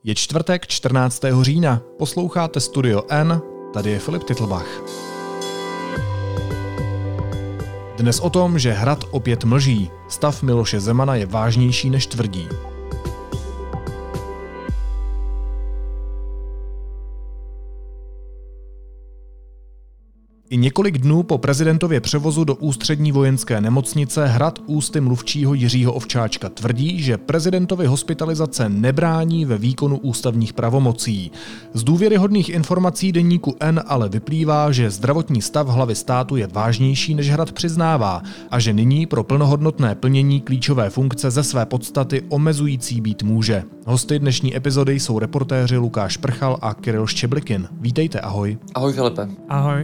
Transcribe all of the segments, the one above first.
Je čtvrtek 14. října, posloucháte Studio N, tady je Filip Titlbach. Dnes o tom, že hrad opět mlží, stav Miloše Zemana je vážnější než tvrdí. I několik dnů po prezidentově převozu do ústřední vojenské nemocnice hrad ústy mluvčího Jiřího Ovčáčka tvrdí, že prezidentovi hospitalizace nebrání ve výkonu ústavních pravomocí. Z důvěryhodných informací deníku N ale vyplývá, že zdravotní stav hlavy státu je vážnější, než hrad přiznává, a že nyní pro plnohodnotné plnění klíčové funkce ze své podstaty omezující být může. Hosty dnešní epizody jsou reportéři Lukáš Prchal a Kirill Ščeblikin. Vítejte, ahoj. Ahoj Filipe. Ahoj.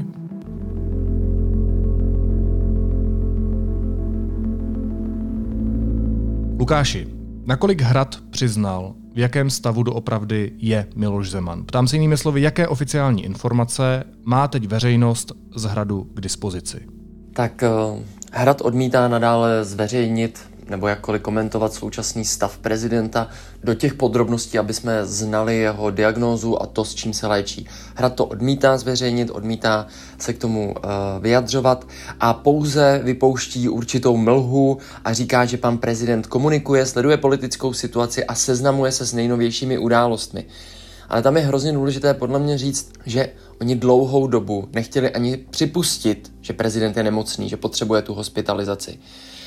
Lukáši, nakolik hrad přiznal, v jakém stavu doopravdy je Miloš Zeman? Ptám se jinými slovy, jaké oficiální informace má teď veřejnost z hradu k dispozici? Tak hrad odmítá nadále zveřejnit nebo jakkoliv komentovat současný stav prezidenta do těch podrobností, aby jsme znali jeho diagnózu a to, s čím se léčí. Hrad to odmítá zveřejnit, odmítá se k tomu vyjadřovat a pouze vypouští určitou mlhu a říká, že pan prezident komunikuje, sleduje politickou situaci a seznamuje se s nejnovějšími událostmi. Ale tam je hrozně důležité podle mě říct, že oni dlouhou dobu nechtěli ani připustit, že prezident je nemocný, že potřebuje tu hospitalizaci.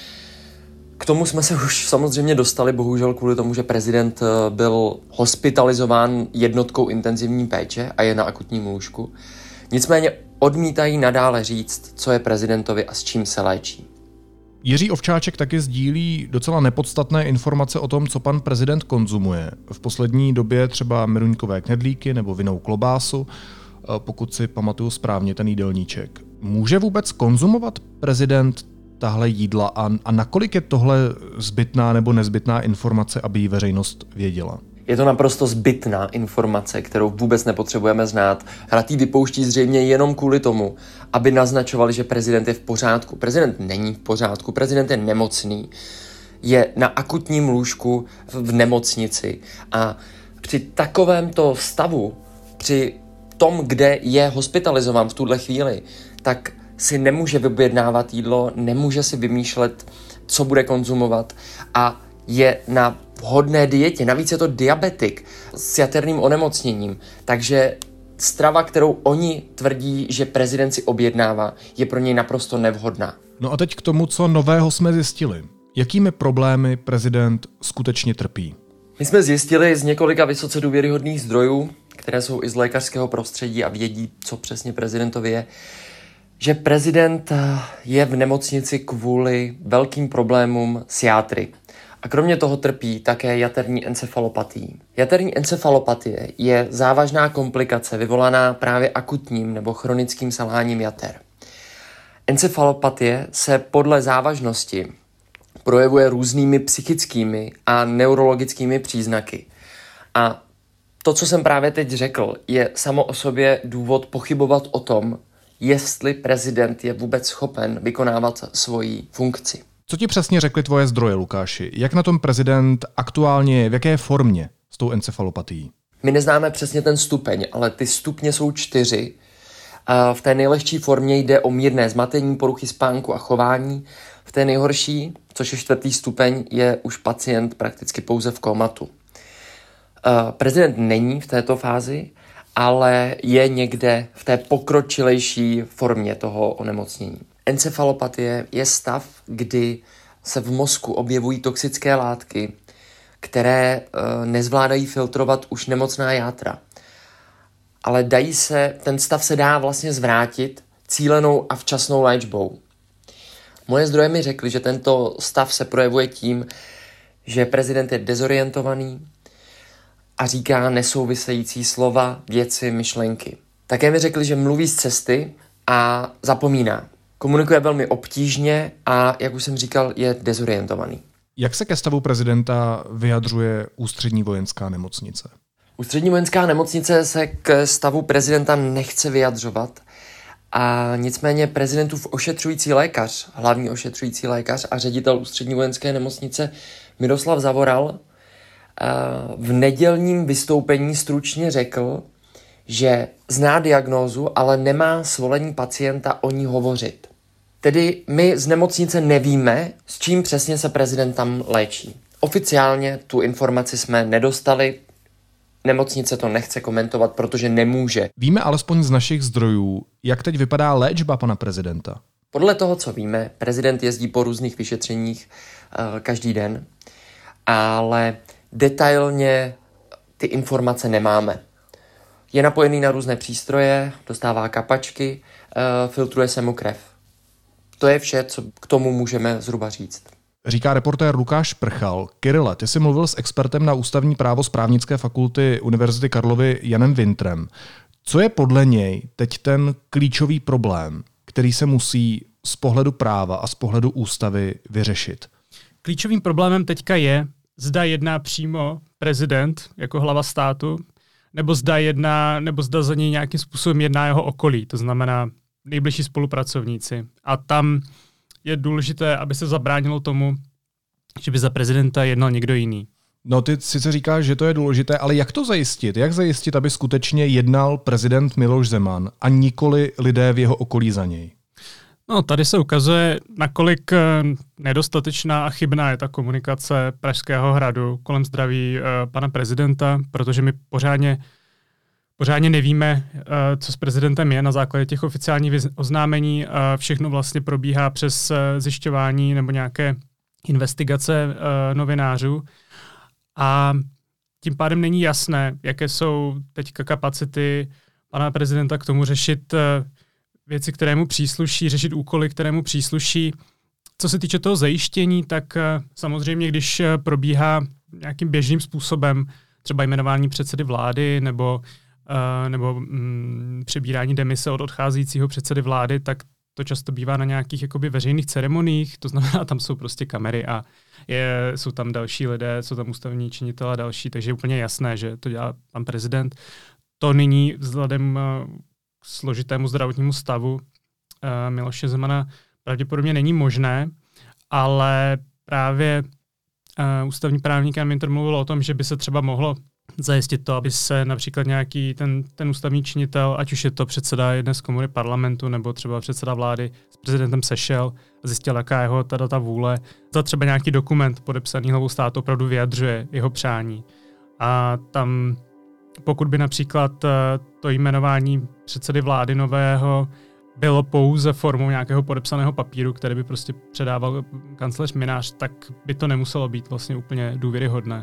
K tomu jsme se už samozřejmě dostali, bohužel kvůli tomu, že prezident byl hospitalizován jednotkou intenzivní péče a je na akutním lůžku. Nicméně odmítají nadále říct, co je prezidentovi a s čím se léčí. Jiří Ovčáček taky sdílí docela nepodstatné informace o tom, co pan prezident konzumuje. V poslední době třeba meruňkové knedlíky nebo vinnou klobásu, pokud si pamatuju správně ten jídelníček. Může vůbec konzumovat prezident tahle jídla a nakolik je tohle zbytná nebo nezbytná informace, aby ji veřejnost věděla? Je to naprosto zbytná informace, kterou vůbec nepotřebujeme znát. Hrad ji vypouští zřejmě jenom kvůli tomu, aby naznačovali, že prezident je v pořádku. Prezident není v pořádku, prezident je nemocný, je na akutním lůžku v nemocnici a při takovémto stavu, při tom, kde je hospitalizován v tuhle chvíli, tak si nemůže vyobjednávat jídlo, nemůže si vymýšlet, co bude konzumovat a je na vhodné dietě. Navíc je to diabetik s jaterným onemocněním, takže strava, kterou oni tvrdí, že prezident si objednává, je pro něj naprosto nevhodná. No a teď k tomu, co nového jsme zjistili. Jakými problémy prezident skutečně trpí? My jsme zjistili z několika vysoce důvěryhodných zdrojů, které jsou i z lékařského prostředí a vědí, co přesně prezidentovi je, že prezident je v nemocnici kvůli velkým problémům s játry. A kromě toho trpí také jaterní encefalopatii. Jaterní encefalopatie je závažná komplikace vyvolaná právě akutním nebo chronickým selháním jater. Encefalopatie se podle závažnosti projevuje různými psychickými a neurologickými příznaky. A to, co jsem právě teď řekl, je samo o sobě důvod pochybovat o tom, jestli prezident je vůbec schopen vykonávat svoji funkci. Co ti přesně řekly tvoje zdroje, Lukáši? Jak na tom prezident aktuálně je, v jaké formě s tou encefalopatií? My neznáme přesně ten stupeň, ale ty stupně jsou 4. A v té nejlehčí formě jde o mírné zmatení, poruchy spánku a chování. V té nejhorší, což je 4. stupeň, je už pacient prakticky pouze v kómatu. Prezident není v této fázi, ale je někde v té pokročilejší formě toho onemocnění. Encefalopatie je stav, kdy se v mozku objevují toxické látky, které nezvládají filtrovat už nemocná játra. Ale ten stav se dá vlastně zvrátit cílenou a včasnou léčbou. Moje zdroje mi řekly, že tento stav se projevuje tím, že prezident je dezorientovaný a říká nesouvisející slova, věci, myšlenky. Také mi řekli, že mluví z cesty a zapomíná. Komunikuje velmi obtížně a, jak už jsem říkal, je dezorientovaný. Jak se ke stavu prezidenta vyjadřuje ústřední vojenská nemocnice? Ústřední vojenská nemocnice se k stavu prezidenta nechce vyjadřovat a nicméně prezidentův ošetřující lékař, hlavní ošetřující lékař a ředitel ústřední vojenské nemocnice Miroslav Zavoral v nedělním vystoupení stručně řekl, že zná diagnózu, ale nemá svolení pacienta o ní hovořit. Tedy my z nemocnice nevíme, s čím přesně se prezident tam léčí. Oficiálně tu informaci jsme nedostali, nemocnice to nechce komentovat, protože nemůže. Víme alespoň z našich zdrojů, jak teď vypadá léčba pana prezidenta. Podle toho, co víme, prezident jezdí po různých vyšetřeních každý den, ale detailně ty informace nemáme. Je napojený na různé přístroje, dostává kapačky, filtruje se mu krev. To je vše, co k tomu můžeme zhruba říct. Říká reportér Lukáš Prchal. Kyrile, ty jsi mluvil s expertem na ústavní právo z právnické fakulty Univerzity Karlovy Janem Wintrem. Co je podle něj teď ten klíčový problém, který se musí z pohledu práva a z pohledu ústavy vyřešit? Klíčovým problémem teďka je, zda jedná přímo prezident jako hlava státu, nebo zda za něj nějakým způsobem jedná jeho okolí, to znamená nejbližší spolupracovníci. A tam je důležité, aby se zabránilo tomu, že by za prezidenta jednal někdo jiný. No ty sice říkáš, že to je důležité, ale jak to zajistit? Jak zajistit, aby skutečně jednal prezident Miloš Zeman a nikoli lidé v jeho okolí za něj? No, tady se ukazuje, nakolik nedostatečná a chybná je ta komunikace Pražského hradu kolem zdraví pana prezidenta, protože my pořádně nevíme, co s prezidentem je na základě těch oficiálních oznámení. Všechno vlastně probíhá přes zjišťování nebo nějaké investigace novinářů. A tím pádem není jasné, jaké jsou teďka kapacity pana prezidenta k tomu řešit věci, které mu přísluší, řešit úkoly, které mu přísluší. Co se týče toho zajištění, tak samozřejmě, když probíhá nějakým běžným způsobem třeba jmenování předsedy vlády nebo přebírání demise od odcházejícího předsedy vlády, tak to často bývá na nějakých jakoby veřejných ceremoniích, to znamená, tam jsou prostě kamery a jsou tam další lidé, jsou tam ústavní činitelé a další, takže je úplně jasné, že to dělá pan prezident. To nyní vzhledem k složitému zdravotnímu stavu Miloše Zemana pravděpodobně není možné, ale právě ústavní právník Jan Wintr mluvil o tom, že by se třeba mohlo zajistit to, aby se například nějaký ten ústavní činitel, ať už je to předseda jedné z komory parlamentu nebo třeba předseda vlády, s prezidentem sešel a zjistil, jaká jeho ta vůle. Za třeba nějaký dokument podepsaný hlavou státu opravdu vyjadřuje jeho přání. A tam, pokud by například to jmenování předsedy vlády nového bylo pouze formou nějakého podepsaného papíru, který by prostě předával kancléř Mynář, tak by to nemuselo být vlastně úplně důvěryhodné.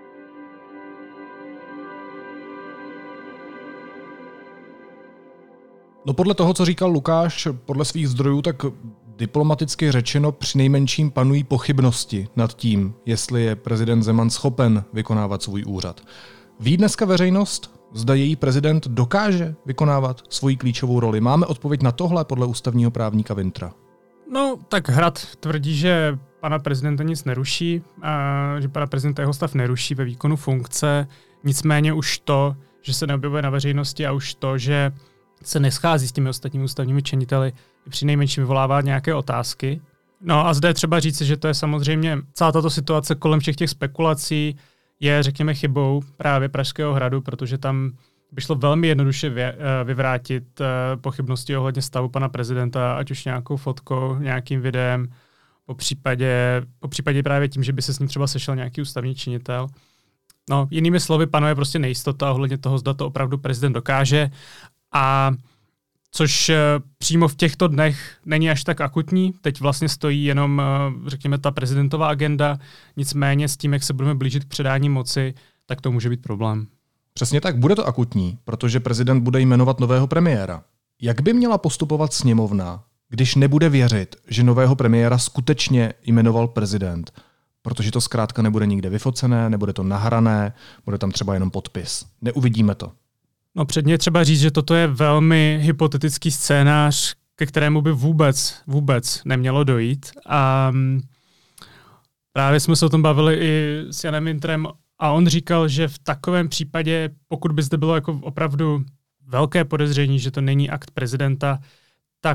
No podle toho, co říkal Lukáš, podle svých zdrojů, tak diplomaticky řečeno přinejmenším panují pochybnosti nad tím, jestli je prezident Zeman schopen vykonávat svůj úřad. Ví dneska veřejnost, zda její prezident dokáže vykonávat svoji klíčovou roli? Máme odpověď na tohle podle ústavního právníka Wintra? No, tak Hrad tvrdí, že pana prezidenta nic neruší, že pana prezidenta jeho stav neruší ve výkonu funkce. Nicméně už to, že se neobjevuje na veřejnosti a už to, že se neschází s těmi ostatními ústavními činiteli, přinejmenším vyvolává nějaké otázky. No a zde je třeba říct, že to je samozřejmě celá tato situace kolem všech těch spekulací je, řekněme, chybou právě Pražského hradu, protože tam by šlo velmi jednoduše vyvrátit pochybnosti ohledně stavu pana prezidenta, ať už nějakou fotkou, nějakým videem, po případě právě tím, že by se s ním třeba sešel nějaký ústavní činitel. No, jinými slovy, panuje prostě nejistota ohledně toho, zda to opravdu prezident dokáže. A což přímo v těchto dnech není až tak akutní. Teď vlastně stojí jenom, řekněme, ta prezidentová agenda. Nicméně s tím, jak se budeme blížit k předání moci, tak to může být problém. Přesně tak, bude to akutní, protože prezident bude jmenovat nového premiéra. Jak by měla postupovat sněmovna, když nebude věřit, že nového premiéra skutečně jmenoval prezident? Protože to zkrátka nebude nikde vyfocené, nebude to nahrané, bude tam třeba jenom podpis. Neuvidíme to. No předně třeba říct, že toto je velmi hypotetický scénář, ke kterému by vůbec nemělo dojít. A právě jsme se o tom bavili i s Janem Wintrem a on říkal, že v takovém případě, pokud by zde bylo jako opravdu velké podezření, že to není akt prezidenta, tak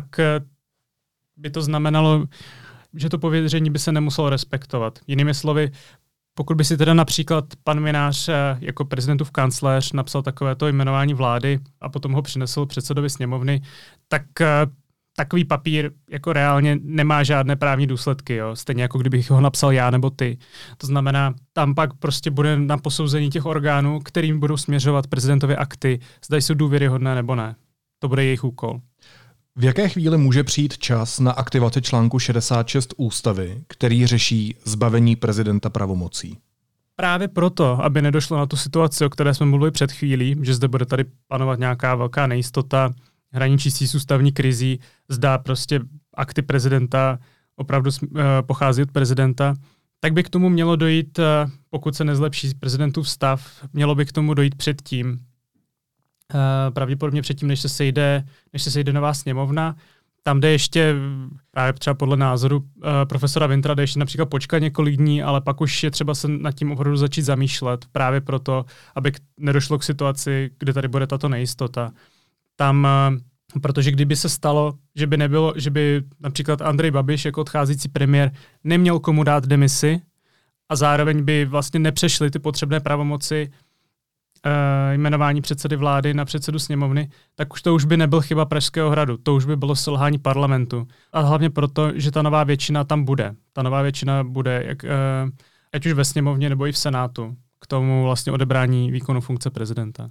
by to znamenalo, že to pověření by se nemuselo respektovat. Jinými slovy, Pokud by si teda například pan Mynář jako prezidentův kancléř napsal takovéto jmenování vlády a potom ho přinesl předsedovi sněmovny, tak takový papír jako reálně nemá žádné právní důsledky, jo? Stejně jako kdybych ho napsal já nebo ty. To znamená, tam pak prostě bude na posouzení těch orgánů, kterým budou směřovat prezidentovy akty, zda jsou důvěryhodné nebo ne. To bude jejich úkol. V jaké chvíli může přijít čas na aktivaci článku 66 ústavy, který řeší zbavení prezidenta pravomocí? Právě proto, aby nedošlo na tu situaci, o které jsme mluvili před chvílí, že zde bude tady panovat nějaká velká nejistota, hraničící s ústavní krizí, zda prostě akty prezidenta opravdu pochází od prezidenta, tak by k tomu mělo dojít, pokud se nezlepší prezidentův stav, mělo by k tomu dojít předtím, pravděpodobně předtím, než se sejde nová sněmovna. Tam jde ještě, právě třeba podle názoru profesora Wintra, jde ještě například počkat několik dní, ale pak už je třeba se nad tím opravdu začít zamýšlet, právě proto, aby nedošlo k situaci, kde tady bude tato nejistota. Tam, protože kdyby se stalo, že by například Andrej Babiš jako odcházící premiér neměl komu dát demisi a zároveň by vlastně nepřešly ty potřebné pravomoci jmenování předsedy vlády na předsedu sněmovny, tak už to už by nebyl chyba Pražského hradu, to už by bylo selhání parlamentu. A hlavně proto, že ta nová většina tam bude. Ta nová většina bude ať už ve sněmovně nebo i v Senátu k tomu vlastně odebrání výkonu funkce prezidenta.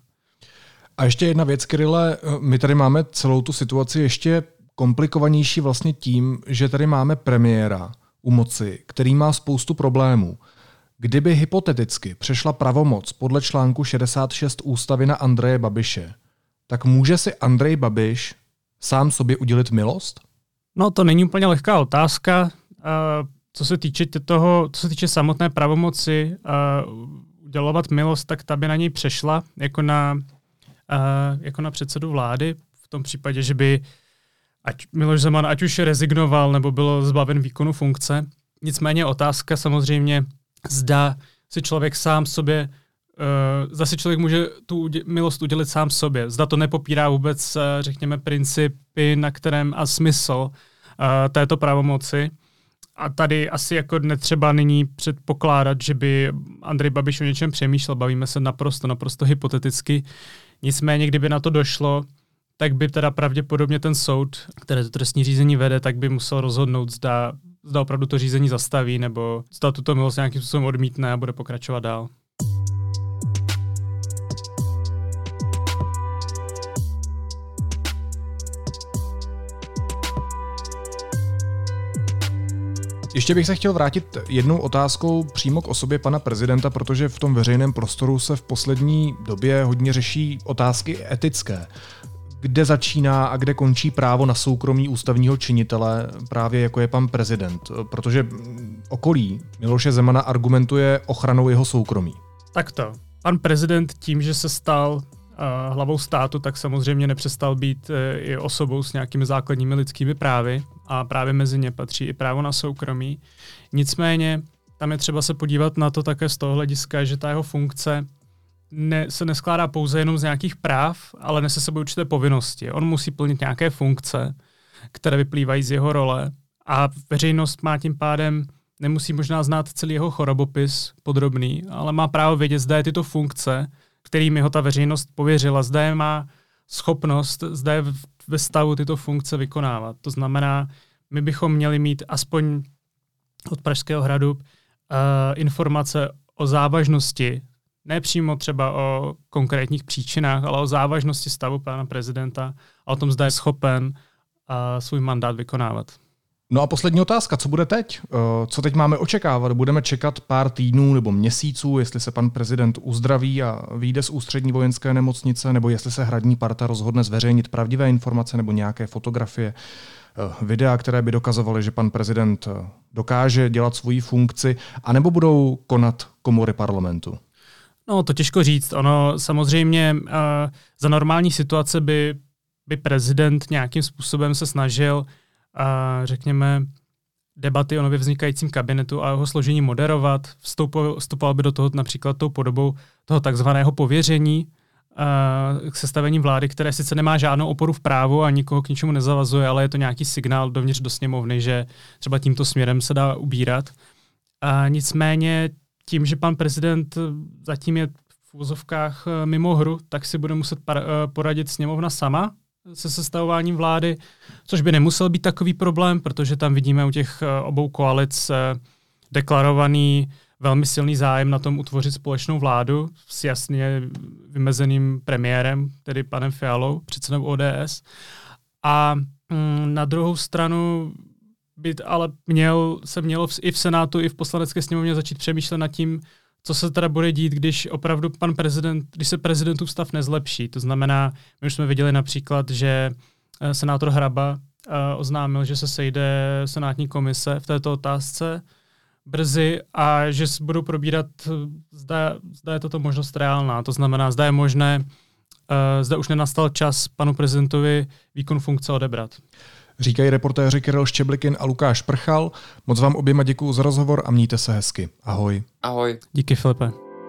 A ještě jedna věc, Kyrille, my tady máme celou tu situaci ještě komplikovanější vlastně tím, že tady máme premiéra u moci, který má spoustu problémů. Kdyby hypoteticky přešla pravomoc podle článku 66 ústavy na Andreje Babiše, tak může si Andrej Babiš sám sobě udělit milost? No to není úplně lehká otázka. Co se týče samotné pravomoci udělovat milost, tak ta by na něj přešla jako na předsedu vlády. V tom případě, že by Miloš Zeman ať už rezignoval nebo byl zbaven výkonu funkce. Nicméně otázka samozřejmě, zda si člověk sám sobě, zda si člověk může tu milost udělit sám sobě. Zda to nepopírá vůbec, řekněme, principy, na kterém a smysl této pravomoci. A tady asi jako netřeba nyní předpokládat, že by Andrej Babiš o něčem přemýšlel. Bavíme se naprosto hypoteticky. Nicméně, kdyby na to došlo, tak by teda pravděpodobně ten soud, který to trestní řízení vede, tak by musel rozhodnout, zda opravdu to řízení zastaví, nebo zda tuto milost nějakým způsobem odmítne a bude pokračovat dál. Ještě bych se chtěl vrátit jednou otázkou přímo k osobě pana prezidenta, protože v tom veřejném prostoru se v poslední době hodně řeší otázky etické. Kde začíná a kde končí právo na soukromí ústavního činitele, právě jako je pan prezident, protože okolí Miloše Zemana argumentuje ochranou jeho soukromí. Takto. Pan prezident tím, že se stal hlavou státu, tak samozřejmě nepřestal být i osobou s nějakými základními lidskými právy a právě mezi ně patří i právo na soukromí. Nicméně tam je třeba se podívat na to také z toho hlediska, že ta jeho funkce se neskládá pouze jenom z nějakých práv, ale nese sebou určité povinnosti. On musí plnit nějaké funkce, které vyplývají z jeho role a veřejnost má tím pádem, nemusí možná znát celý jeho chorobopis podrobný, ale má právo vědět, zda je tyto funkce, kterými ho ta veřejnost pověřila, zda je má schopnost, zda je ve stavu tyto funkce vykonávat. To znamená, my bychom měli mít aspoň od Pražského hradu informace o závažnosti, ne přímo třeba o konkrétních příčinách, ale o závažnosti stavu pana prezidenta a o tom, zda je schopen svůj mandát vykonávat. No a poslední otázka, co bude teď? Co teď máme očekávat? Budeme čekat pár týdnů nebo měsíců, jestli se pan prezident uzdraví a vyjde z ústřední vojenské nemocnice, nebo jestli se hradní parta rozhodne zveřejnit pravdivé informace nebo nějaké fotografie, videa, které by dokazovaly, že pan prezident dokáže dělat svoji funkci, anebo budou konat komory parlamentu? No, to těžko říct. Ono samozřejmě za normální situace by prezident nějakým způsobem se snažil řekněme, debaty o nově vznikajícím kabinetu a jeho složení moderovat. Vstupoval by do toho například tou podobou toho takzvaného pověření k sestavení vlády, které sice nemá žádnou oporu v právu a nikoho k ničemu nezavazuje, ale je to nějaký signál dovnitř do sněmovny, že třeba tímto směrem se dá ubírat. Nicméně tím, že pan prezident zatím je v úvozovkách mimo hru, tak si bude muset poradit sněmovna sama se sestavováním vlády, což by nemusel být takový problém, protože tam vidíme u těch obou koalic deklarovaný velmi silný zájem na tom utvořit společnou vládu s jasně vymezeným premiérem, tedy panem Fialou, předsedou ODS. A na druhou stranu by ale mělo i v Senátu, i v Poslanecké sněmovně začít přemýšlet nad tím, co se teda bude dít, když opravdu když se prezidentův stav nezlepší. To znamená, my už jsme viděli například, že senátor Hraba oznámil, že se sejde senátní komise v této otázce brzy a že budou probírat, zda je toto možnost reálná. To znamená, zda je možné, zda už nenastal čas panu prezidentovi výkon funkce odebrat. Říkají reportéři Kirill Ščeblikin a Lukáš Prchal. Moc vám oběma děkuju za rozhovor a mějte se hezky. Ahoj. Ahoj. Díky, Filipe.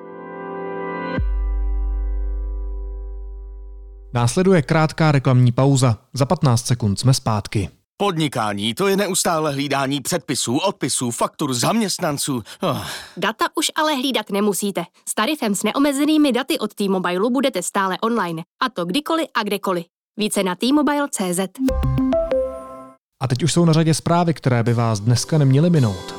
Následuje krátká reklamní pauza. Za 15 sekund jsme zpátky. Podnikání, to je neustále hlídání předpisů, odpisů, faktur, zaměstnanců. Data už ale hlídat nemusíte. S tarifem s neomezenými daty od T-Mobile budete stále online. A to kdykoliv a kdekoliv. Více na T-Mobile.cz. A teď už jsou na řadě zprávy, které by vás dneska neměly minout.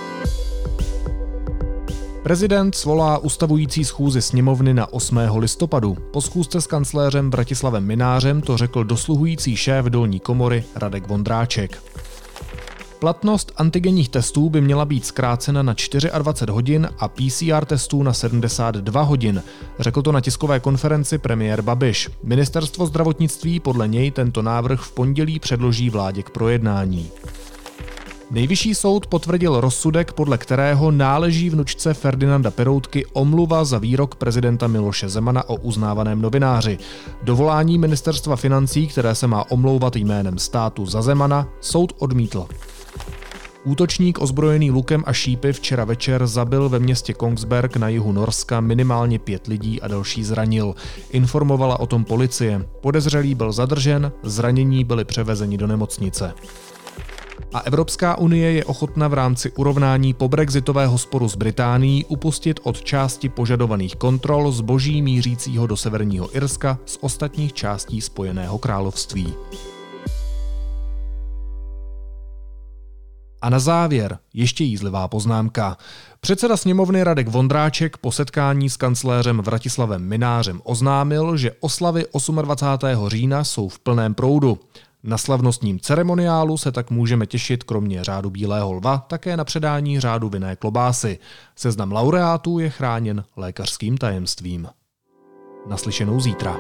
Prezident svolá ustavující schůzi sněmovny na 8. listopadu. Po schůzce s kancléřem Vratislavem Mynářem to řekl dosluhující šéf dolní komory Radek Vondráček. Platnost antigenních testů by měla být zkrácena na 24 hodin a PCR testů na 72 hodin. Řekl to na tiskové konferenci premiér Babiš. Ministerstvo zdravotnictví podle něj tento návrh v pondělí předloží vládě k projednání. Nejvyšší soud potvrdil rozsudek, podle kterého náleží vnučce Ferdinanda Peroutky omluva za výrok prezidenta Miloše Zemana o uznávaném novináři. Dovolání ministerstva financí, které se má omlouvat jménem státu za Zemana, soud odmítl. Útočník ozbrojený lukem a šípy včera večer zabil ve městě Kongsberg na jihu Norska minimálně 5 lidí a další zranil. Informovala o tom policie. Podezřelý byl zadržen, zranění byli převezeni do nemocnice. A Evropská unie je ochotna v rámci urovnání pobrexitového sporu s Británií upustit od části požadovaných kontrol zboží mířícího do Severního Irska z ostatních částí Spojeného království. A na závěr ještě jízlivá poznámka. Předseda sněmovny Radek Vondráček po setkání s kancléřem Vratislavem Mynářem oznámil, že oslavy 28. října jsou v plném proudu. Na slavnostním ceremoniálu se tak můžeme těšit kromě řádu Bílého lva také na předání řádu vinné klobásy. Seznam laureátů je chráněn lékařským tajemstvím. Naslyšenou zítra.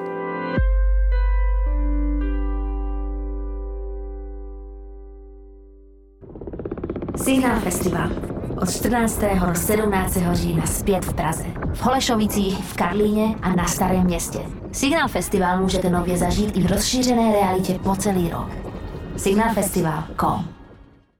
Signál Festival. Od 14. do 17. října zpět v Praze. V Holešovicích, v Karlíně a na Starém Městě. Signál Festival můžete nově zažít i v rozšířené realitě po celý rok. Signálfestival.com